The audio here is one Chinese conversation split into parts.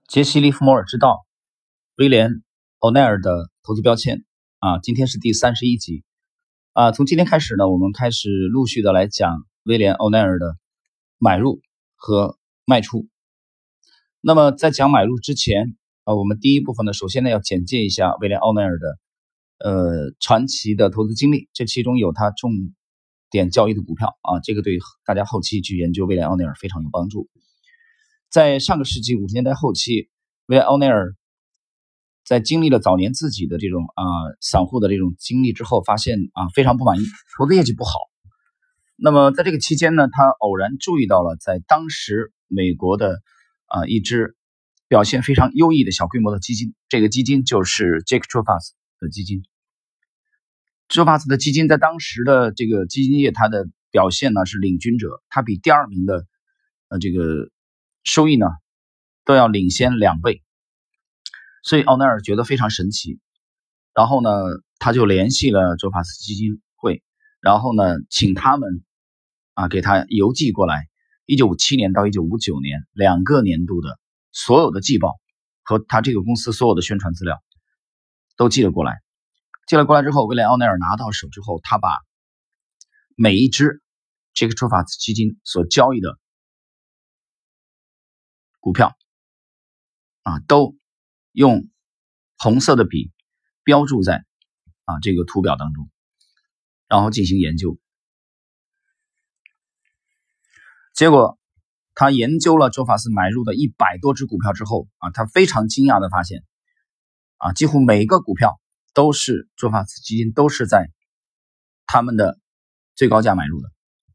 杰西·利弗摩尔之道，威廉·欧奈尔的投资标签今天是第31集从今天开始呢，我们开始陆续的来讲威廉·欧奈尔的买入和卖出。那么在讲买入之前我们第一部分呢，首先呢要简介一下威廉·欧奈尔的传奇的投资经历，这其中有他重点交易的股票这个对大家后期去研究威廉·欧奈尔非常有帮助。在上个世纪50年代后期，威廉·欧奈尔在经历了早年自己的这种散户的这种经历之后，发现非常不满意，投资业绩不好。那么在这个期间呢，他偶然注意到了在当时美国的一支表现非常优异的小规模的基金，这个基金就是杰克·卓法斯的基金。卓法斯的基金在当时的这个基金业，它的表现呢是领军者，它比第二名的这个收益呢都要领先2倍，所以奥奈尔觉得非常神奇。然后呢，他就联系了卓法斯基金会，然后呢，请他们给他邮寄过来1957年到1959年2个年度的所有的季报和他这个公司所有的宣传资料都寄了过来。寄了过来之后，威廉·奥奈尔拿到手之后，他把每一只这个卓法斯基金所交易的股票都用红色的笔标注在这个图表当中，然后进行研究。结果他研究了卓法斯买入的100多只股票之后他非常惊讶的发现几乎每个股票都是卓法斯基金都是在他们的最高价买入的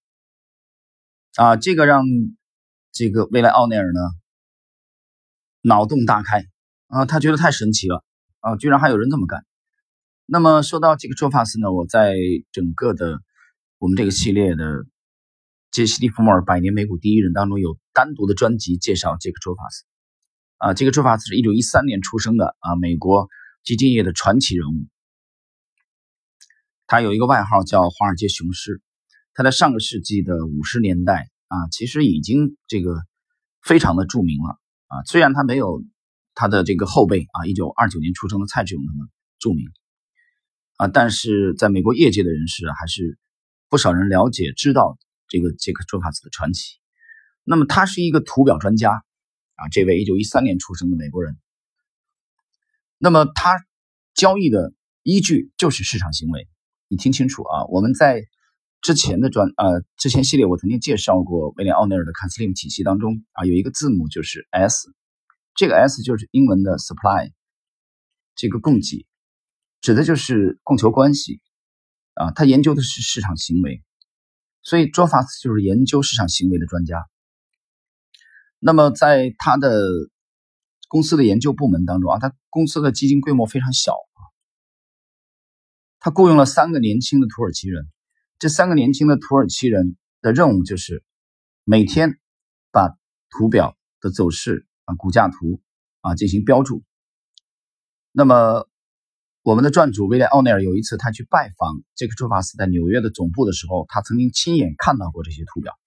这个让这个威廉·奥奈尔呢脑洞大开他觉得太神奇了居然还有人这么干。那么说到这个卓法斯呢，我在整个的我们这个系列的杰西·利弗莫尔100年美股第一人当中有单独的专辑介绍这个卓法斯这个卓法斯是1913年出生的美国基金业的传奇人物。他有一个外号叫华尔街雄狮，他在上个世纪的50年代其实已经这个非常的著名了虽然他没有他的这个后辈1929年出生的蔡志勇那么著名但是在美国业界的人士还是不少人了解知道这个杰克·卓法斯的传奇。那么他是一个图表专家这位1913年出生的美国人。那么他交易的依据就是市场行为。你听清楚我们在之前系列我曾经介绍过威廉·奥奈尔的坎斯林体系当中有一个字母就是 S， 这个 S 就是英文的 supply， 这个供给指的就是供求关系他研究的是市场行为，所以卓法斯就是研究市场行为的专家。那么在他的公司的研究部门当中他公司的基金规模非常小他雇佣了3个年轻的土耳其人，这3个年轻的土耳其人的任务就是每天把图表的走势股价图进行标注。那么我们的撰主威廉·奥奈尔有一次他去拜访杰克·卓法斯在纽约的总部的时候，他曾经亲眼看到过这些图表。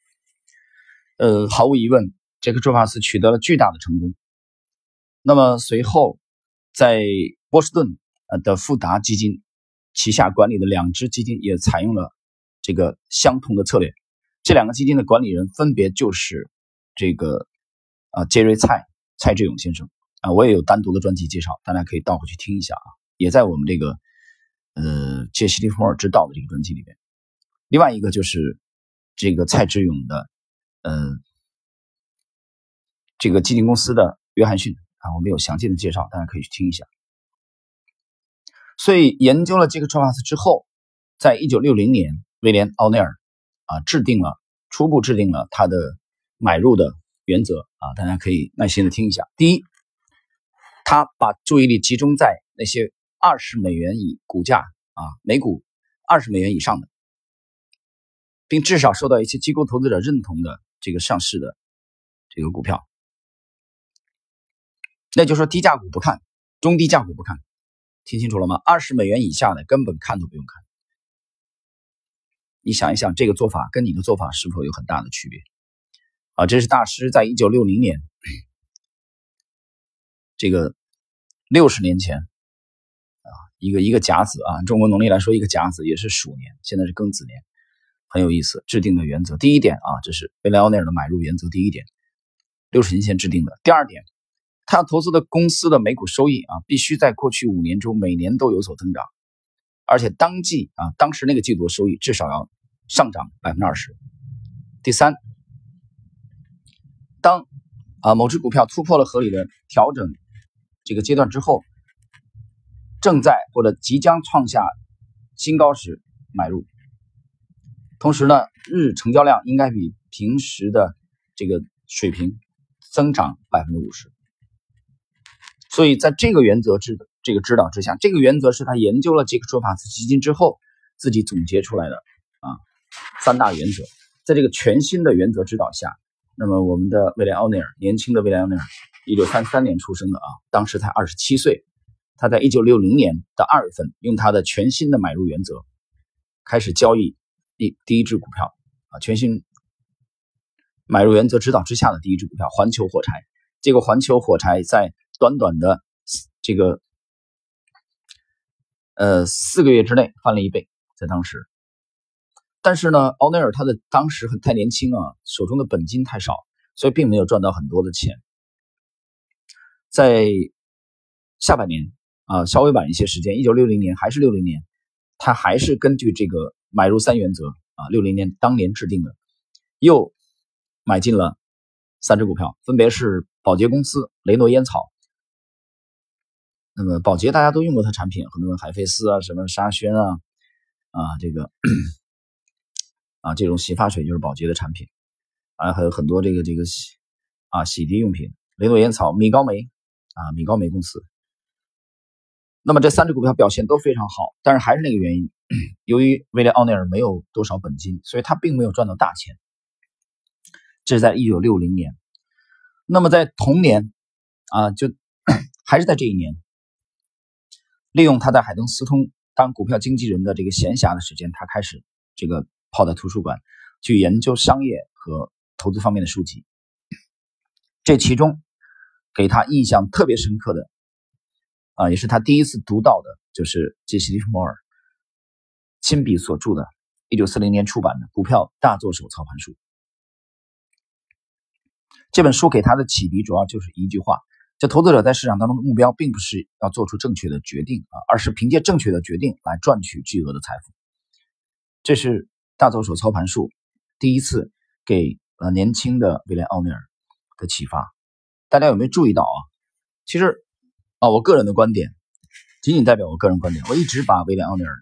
毫无疑问，杰克·卓法斯取得了巨大的成功。那么随后在波士顿的富达基金旗下管理的2支基金也采用了这个相同的策略。这2个基金的管理人分别就是这个杰瑞蔡志勇先生我也有单独的专辑介绍，大家可以倒回去听一下也在我们这个杰西·利弗莫尔之道的这个专辑里面。另外一个就是这个蔡志勇的这个基金公司的约翰逊我们有详细的介绍，大家可以去听一下。所以研究了这个卓法斯之后，在1960年威廉·奥奈尔初步制定了他的买入的原则大家可以耐心的听一下。第一，他把注意力集中在那些20美元以股价每股20美元以上的，并至少受到一些机构投资者认同的这个上市的这个股票。那就是说低价股不看，中低价股不看，听清楚了吗？20美元以下的根本看都不用看。你想一想，这个做法跟你的做法是否有很大的区别这是大师在1960年这个60年前一个甲子啊，中国农历来说一个甲子也是鼠年，现在是庚子年，很有意思。制定的原则，第一点啊，这是贝莱奥内尔的买入原则，第一点，60年前制定的。第二点，他要投资的公司的每股收益啊，必须在过去5年中每年都有所增长，而且当时那个季度的收益至少要上涨20%。第三，当某只股票突破了合理的调整这个阶段之后，正在或者即将创下新高时买入。同时呢，日成交量应该比平时的这个水平增长50%。所以在这个原则指导之下，这个原则是他研究了这个说法基金之后自己总结出来的3大原则。在这个全新的原则指导下，那么我们的威廉奥内尔，年轻的威廉奥内尔，1933年出生的当时才27岁。他在1960年的2月份，用他的全新的买入原则开始交易第一只股票全新买入原则指导之下的第一只股票环球火柴。结果环球火柴在短短的这个4个月之内翻了1倍，在当时。但是呢，奥内尔他的当时太年轻手中的本金太少，所以并没有赚到很多的钱。在下半年稍微晚一些时间，1960年还是60年，他还是根据这个买入3原则60年当年制定的，又买进了3只股票，分别是宝洁公司、雷诺烟草。那么宝洁大家都用过它产品，很多人海飞丝什么沙宣这种洗发水就是宝洁的产品还有很多这个洗涤用品，雷诺烟草、米高梅米高梅公司。那么这3只股票表现都非常好，但是还是那个原因，由于威廉奥内尔没有多少本金，所以他并没有赚到大钱。这是在1960年。那么在同年就还是在这一年，利用他在海登斯通当股票经纪人的这个闲暇的时间，他开始这个泡在图书馆去研究商业和投资方面的书籍。这其中给他印象特别深刻的也是他第一次读到的，就是杰西·利弗莫尔亲笔所著的1940年出版的《股票大作手操盘术》。这本书给他的启迪主要就是一句话，这投资者在市场当中的目标并不是要做出正确的决定而是凭借正确的决定来赚取巨额的财富。这是大作手操盘术第一次给年轻的威廉奥内尔的启发。大家有没有注意到其实我个人的观点仅仅代表我个人观点，我一直把威廉奥内尔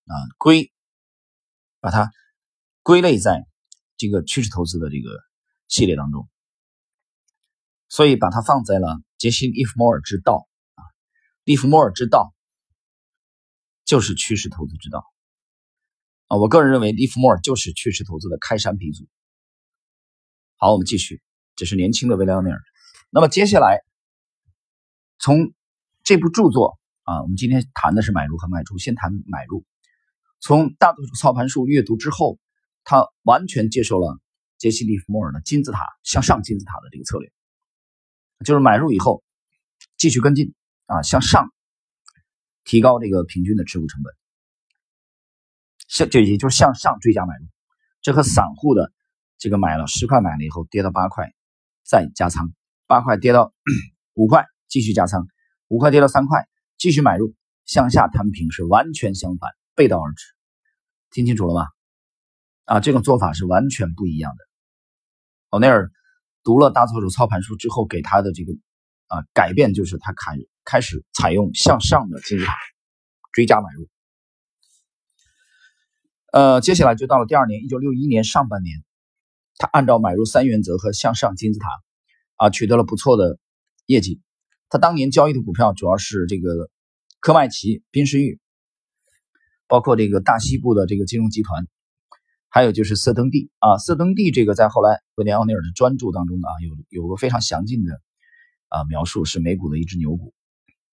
把它归类在这个趋势投资的这个系列当中，所以把它放在了杰西·利弗莫尔之道利弗莫尔之道就是趋势投资之道我个人认为利弗莫尔就是趋势投资的开山鼻祖。好，我们继续，这是年轻的威廉奥内尔。那么接下来从这部著作我们今天谈的是买入和卖出，先谈买入。从大多数操盘术阅读之后，他完全接受了杰西·利弗莫尔的金字塔向上金字塔的这个策略，就是买入以后继续跟进向上提高这个平均的持股成本，也就是向上追加买入。这和散户的这个买了10块买了以后跌到8块再加仓，8块跌到5块继续加仓，5块跌到3块继续买入，向下摊平是完全相反，背道而驰。听清楚了吗？这种做法是完全不一样的。奥内尔读了大作手操盘术之后给他的这个改变，就是他开始采用向上的金字塔追加买入。接下来就到了第2年1961年上半年，他按照买入3原则和向上金字塔取得了不错的业绩。他当年交易的股票主要是这个科迈奇、宾士玉，包括这个大西部的这个金融集团，还有就是色登地色登地这个在后来威廉奥内尔的专著当中有个非常详尽的描述，是美股的一只牛股。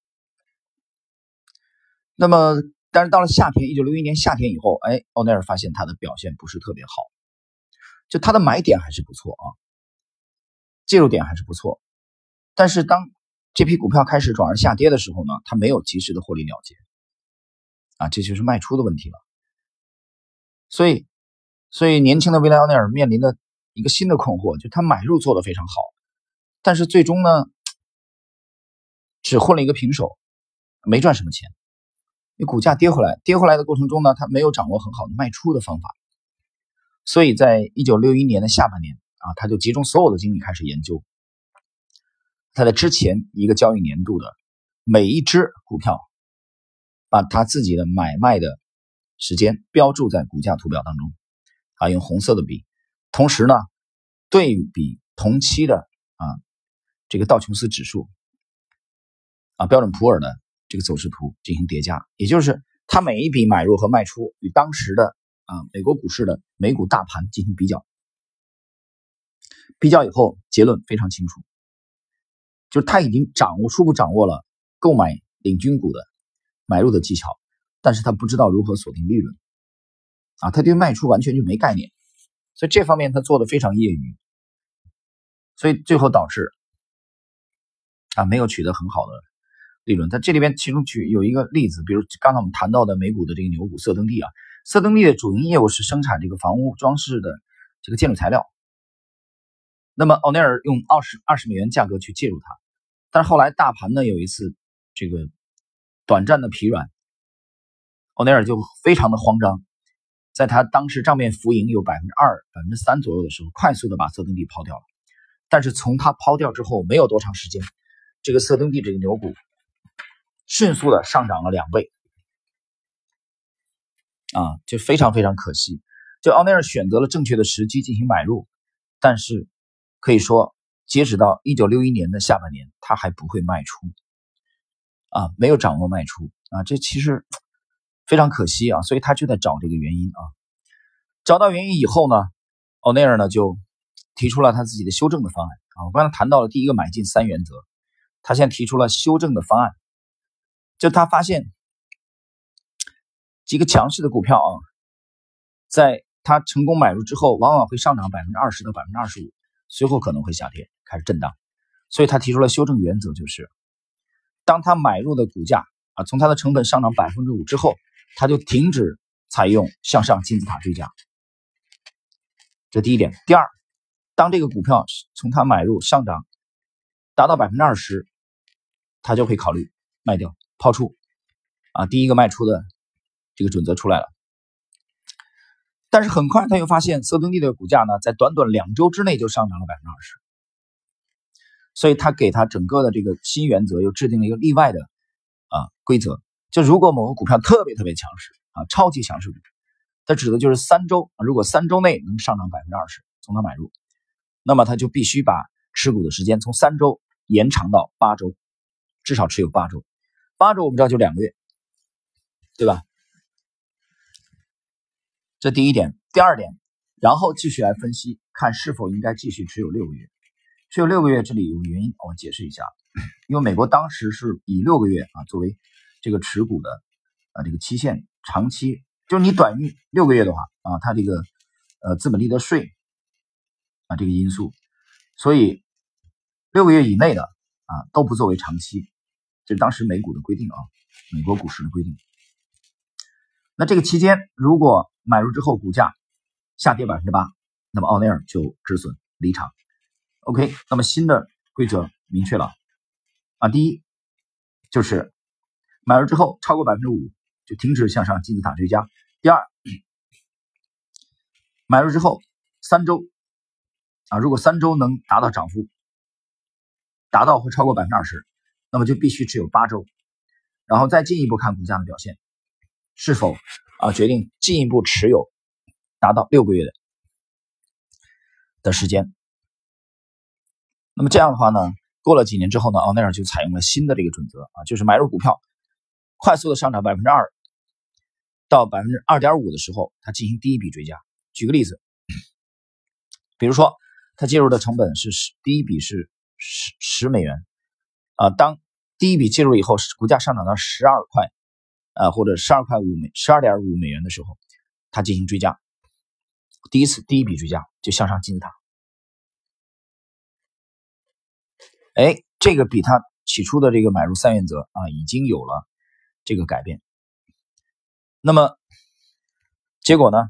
那么但是到了夏天1961年夏天以后，奥内尔发现他的表现不是特别好，就他的买点还是不错介入点还是不错，但是当这批股票开始转而下跌的时候呢，他没有及时的获利了结这就是卖出的问题了。所以年轻的维莱奥内尔面临的一个新的困惑，就他买入做得非常好，但是最终呢只混了一个平手，没赚什么钱。因为股价跌回来的过程中呢，他没有掌握很好的卖出的方法，所以在1961年的下半年他就集中所有的精力开始研究他在之前一个交易年度的每一只股票，把他自己的买卖的时间标注在股价图表当中用红色的笔，同时呢对比同期的这个道琼斯指数标准普尔的这个走势图进行叠加，也就是他每一笔买入和卖出与当时的美国股市的美股大盘进行比较以后，结论非常清楚，就是他已经初步掌握了购买领军股的买入的技巧，但是他不知道如何锁定利润他对卖出完全就没概念，所以这方面他做的非常业余，所以最后导致没有取得很好的利润。但这里边其中有一个例子，比如刚才我们谈到的美股的这个牛股色登地色登地的主营业务是生产这个房屋装饰的这个建筑材料，那么奥内尔用20美元价格去介入它，但是后来大盘呢有一次这个短暂的疲软，奥内尔就非常的慌张，在他当时账面浮盈有2%、3%左右的时候，快速的把色登地抛掉了。但是从他抛掉之后没有多长时间，这个色登地这个牛股迅速的上涨了2倍就非常非常可惜。就奥内尔选择了正确的时机进行买入，但是可以说截止到1961年的下半年，他还不会卖出没有掌握卖出这其实非常可惜所以他就在找这个原因找到原因以后呢，奥内尔呢就提出了他自己的修正的方案我刚才谈到了第一个买进3原则，他现在提出了修正的方案，就他发现几个强势的股票在他成功买入之后，往往会上涨20%到25%，随后可能会下跌，开始震荡。所以他提出了修正原则，就是当他买入的股价从他的成本上涨5%之后，他就停止采用向上金字塔追加。这第一点。第二，当这个股票从他买入上涨达到20%，他就会考虑卖掉抛出第一个卖出的这个准则出来了。但是很快他又发现色登地的股价呢，在短短2周之内就上涨了20%，所以他给他整个的这个新原则又制定了一个例外的规则，就如果某个股票特别强势超级强势股，它指的就是3周，如果3周内能上涨20%，从他买入，那么他就必须把持股的时间从3周延长到8周，至少持有8周。8周我们知道就2个月，对吧？这第一点。第二点，然后继续来分析，看是否应该继续持有6个月。持有6个月，这里有原因，我解释一下。因为美国当时是以6个月作为这个持股的这个期限，长期就是你短于6个月的话它这个资本利得税这个因素，所以6个月以内的都不作为长期，这是当时美股的规定美国股市的规定。那这个期间如果买入之后股价下跌 8%， 那么奥内尔就止损离场。 OK， 那么新的规则明确了第一就是买入之后超过 5% 就停止向上金字塔追加。第二，买入之后3周如果3周能达到涨幅达到或超过 20%， 那么就必须持有8周，然后再进一步看股价的表现，是否决定进一步持有达到6个月的时间。那么这样的话呢，过了几年之后呢，奥内尔就采用了新的这个准则就是买入股票快速的上涨 2% 到 2.5% 的时候，他进行第一笔追加。举个例子，比如说他介入的成本是第一笔是10美元当第一笔介入以后，股价上涨到12块或者12.5美元的时候，他进行追加，第一笔追加就向上金字塔。这个比他起初的这个买入3原则啊，已经有了这个改变。那么结果呢？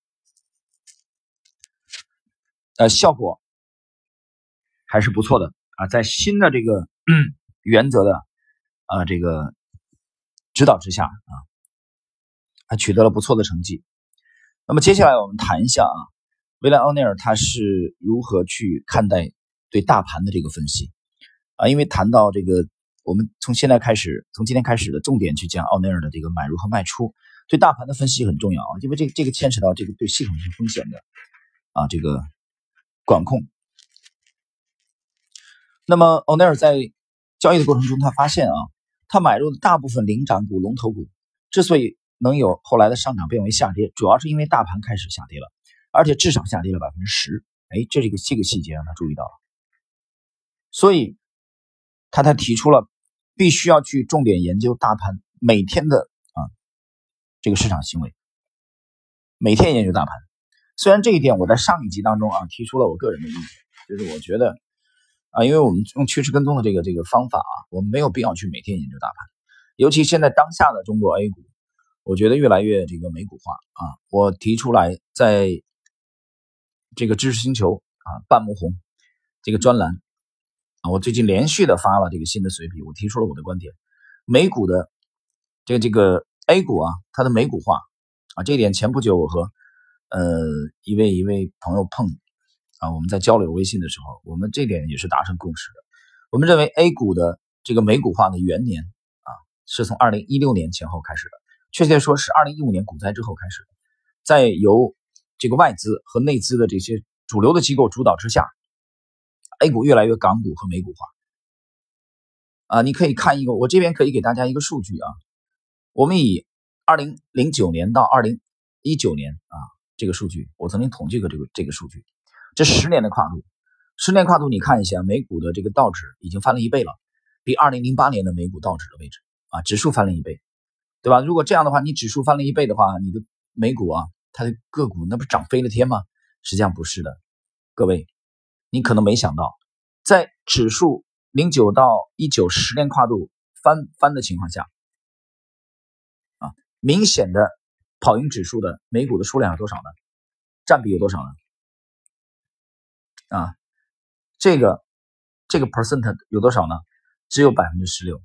效果还是不错的啊，在新的这个原则的这个指导之下啊，还取得了不错的成绩。那么接下来我们谈一下啊，维莱奥内尔他是如何去看待对大盘的这个分析啊？因为谈到这个，我们从今天开始的重点去讲奥内尔的这个买入和卖出，对大盘的分析很重要啊，因为这个牵扯到这个对系统性风险的这个管控。那么奥内尔在交易的过程中，他发现他买入的大部分领涨股、龙头股之所以能有后来的上涨变为下跌，主要是因为大盘开始下跌了，而且至少下跌了10%。这个细节让他注意到了，所以他才提出了必须要去重点研究大盘每天的这个市场行为，每天研究大盘。虽然这一点我在上一集当中提出了我个人的意见，就是我觉得因为我们用趋势跟踪的这个方法我们没有必要去每天研究大盘，尤其现在当下的中国 A 股，我觉得越来越这个美股化我提出来在这个知识星球半亩红这个专栏我最近连续的发了这个新的随笔，我提出了我的观点，美股的这个 A 股它的美股化这一点前不久我和一位朋友碰我们在交流微信的时候，我们这点也是达成共识的。我们认为 A 股的这个美股化的元年是从2016年前后开始的，确切说是2015年股灾之后开始的，在由这个外资和内资的这些主流的机构主导之下， A 股越来越港股和美股化你可以看一个，我这边可以给大家一个数据我们以2009年到2019年这个数据，我曾经统计过这个数据，这10年的跨度，你看一下，美股的这个道指已经翻了1倍了，比2008年的美股道指的位置指数翻了1倍，对吧？如果这样的话，你指数翻了1倍的话，你的美股它的个股那不是涨飞了天吗？实际上不是的，各位，你可能没想到，在指数09到19 10年跨度翻的情况下明显的跑赢指数的美股的数量有多少呢？占比有多少呢？这个 percent 有多少呢？只有16%，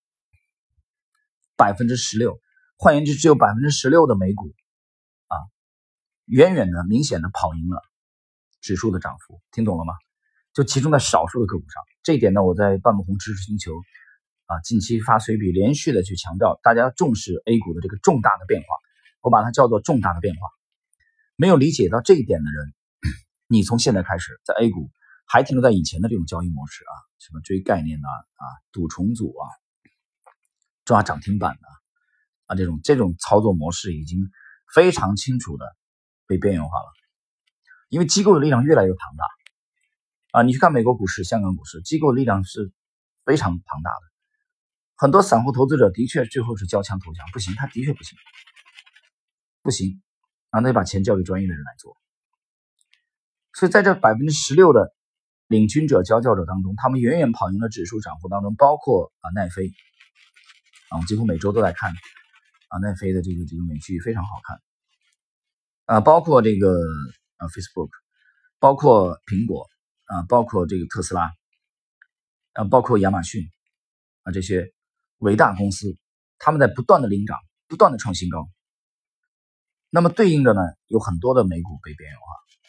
换言之，只有16%的美股远远的明显的跑赢了指数的涨幅，听懂了吗？就集中在少数的个股上，这一点呢，我在半亩红知识星球近期发随笔连续的去强调，大家重视 A 股的这个重大的变化，我把它叫做重大的变化。没有理解到这一点的人，你从现在开始在 A 股还停留在以前的这种交易模式什么追概念赌重组抓涨停板这种操作模式已经非常清楚的被边缘化了，因为机构的力量越来越庞大你去看美国股市、香港股市，机构的力量是非常庞大的，很多散户投资者的确最后是交枪投降，不行，他的确不行那得把钱交给专业的人来做。所以在这16%的领军者、佼佼者当中，他们远远跑赢了指数涨幅当中，包括奈飞我几乎每周都在看奈飞的这个美剧非常好看包括这个Facebook， 包括苹果包括这个特斯拉包括亚马逊这些伟大公司，他们在不断的领涨，不断的创新高。那么对应的呢，有很多的美股被边缘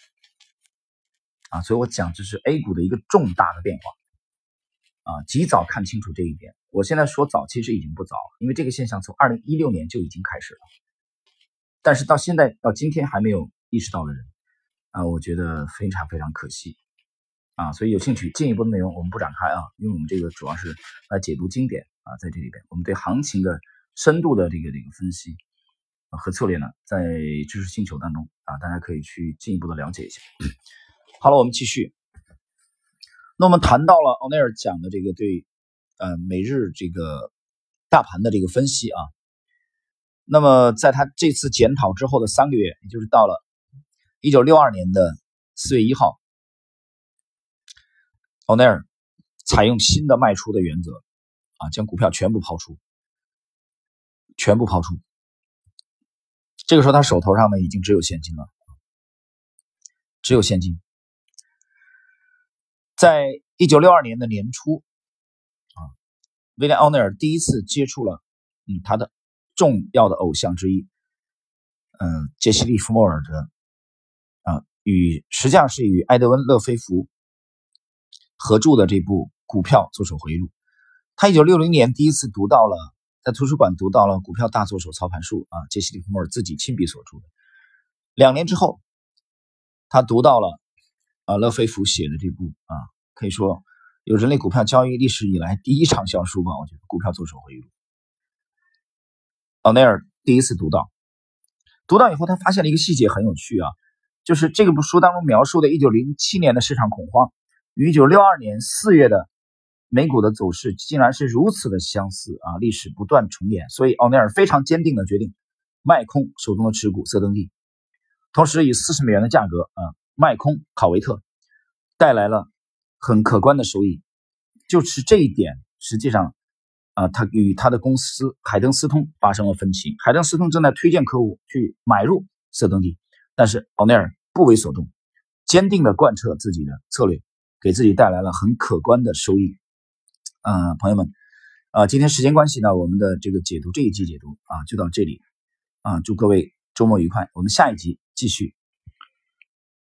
化所以我讲这是 A 股的一个重大的变化及早看清楚这一点。我现在说早其实已经不早了，因为这个现象从2016年就已经开始了，但是到现在到今天还没有意识到的人我觉得非常非常可惜所以有兴趣进一步的内容我们不展开因为我们这个主要是来解读经典在这里边我们对行情的深度的这个分析和策略呢，在知识星球当中大家可以去进一步的了解一下。好了，我们继续。那我们谈到了奥内尔讲的这个对每日这个大盘的这个分析那么在他这次检讨之后的3个月，也就是到了1962年的4月1号，奥内尔采用新的卖出的原则啊，将股票全部抛出。这个时候他手头上呢已经只有现金了，在1962年的年初啊，威廉·奥内尔第一次接触了他的重要的偶像之一，杰西·利弗莫尔的实际上是与埃德温·勒菲弗合著的这部《股票作手回忆录》。他1960年第一次在图书馆读到了《股票大作手操盘术》啊，杰西·利弗莫尔自己亲笔所著的。2年之后，他读到了勒菲弗写的这部可以说有人类股票交易历史以来第一畅销书吧，我觉得《股票作手回忆录》。奥内尔第一次读到以后，他发现了一个细节很有趣啊，就是这部书当中描述的1907年的市场恐慌与1962年4月的美股的走势竟然是如此的相似啊，历史不断重演，所以奥内尔非常坚定的决定卖空手中的持股色登地，同时以40美元的价格卖空考维特，带来了很可观的收益。就是这一点，实际上他与他的公司海登斯通发生了分歧。海登斯通正在推荐客户去买入色登地，但是奥内尔不为所动，坚定地贯彻自己的策略，给自己带来了很可观的收益。朋友们，今天时间关系呢，我们的这一集解读就到这里祝各位周末愉快，我们下一集继续。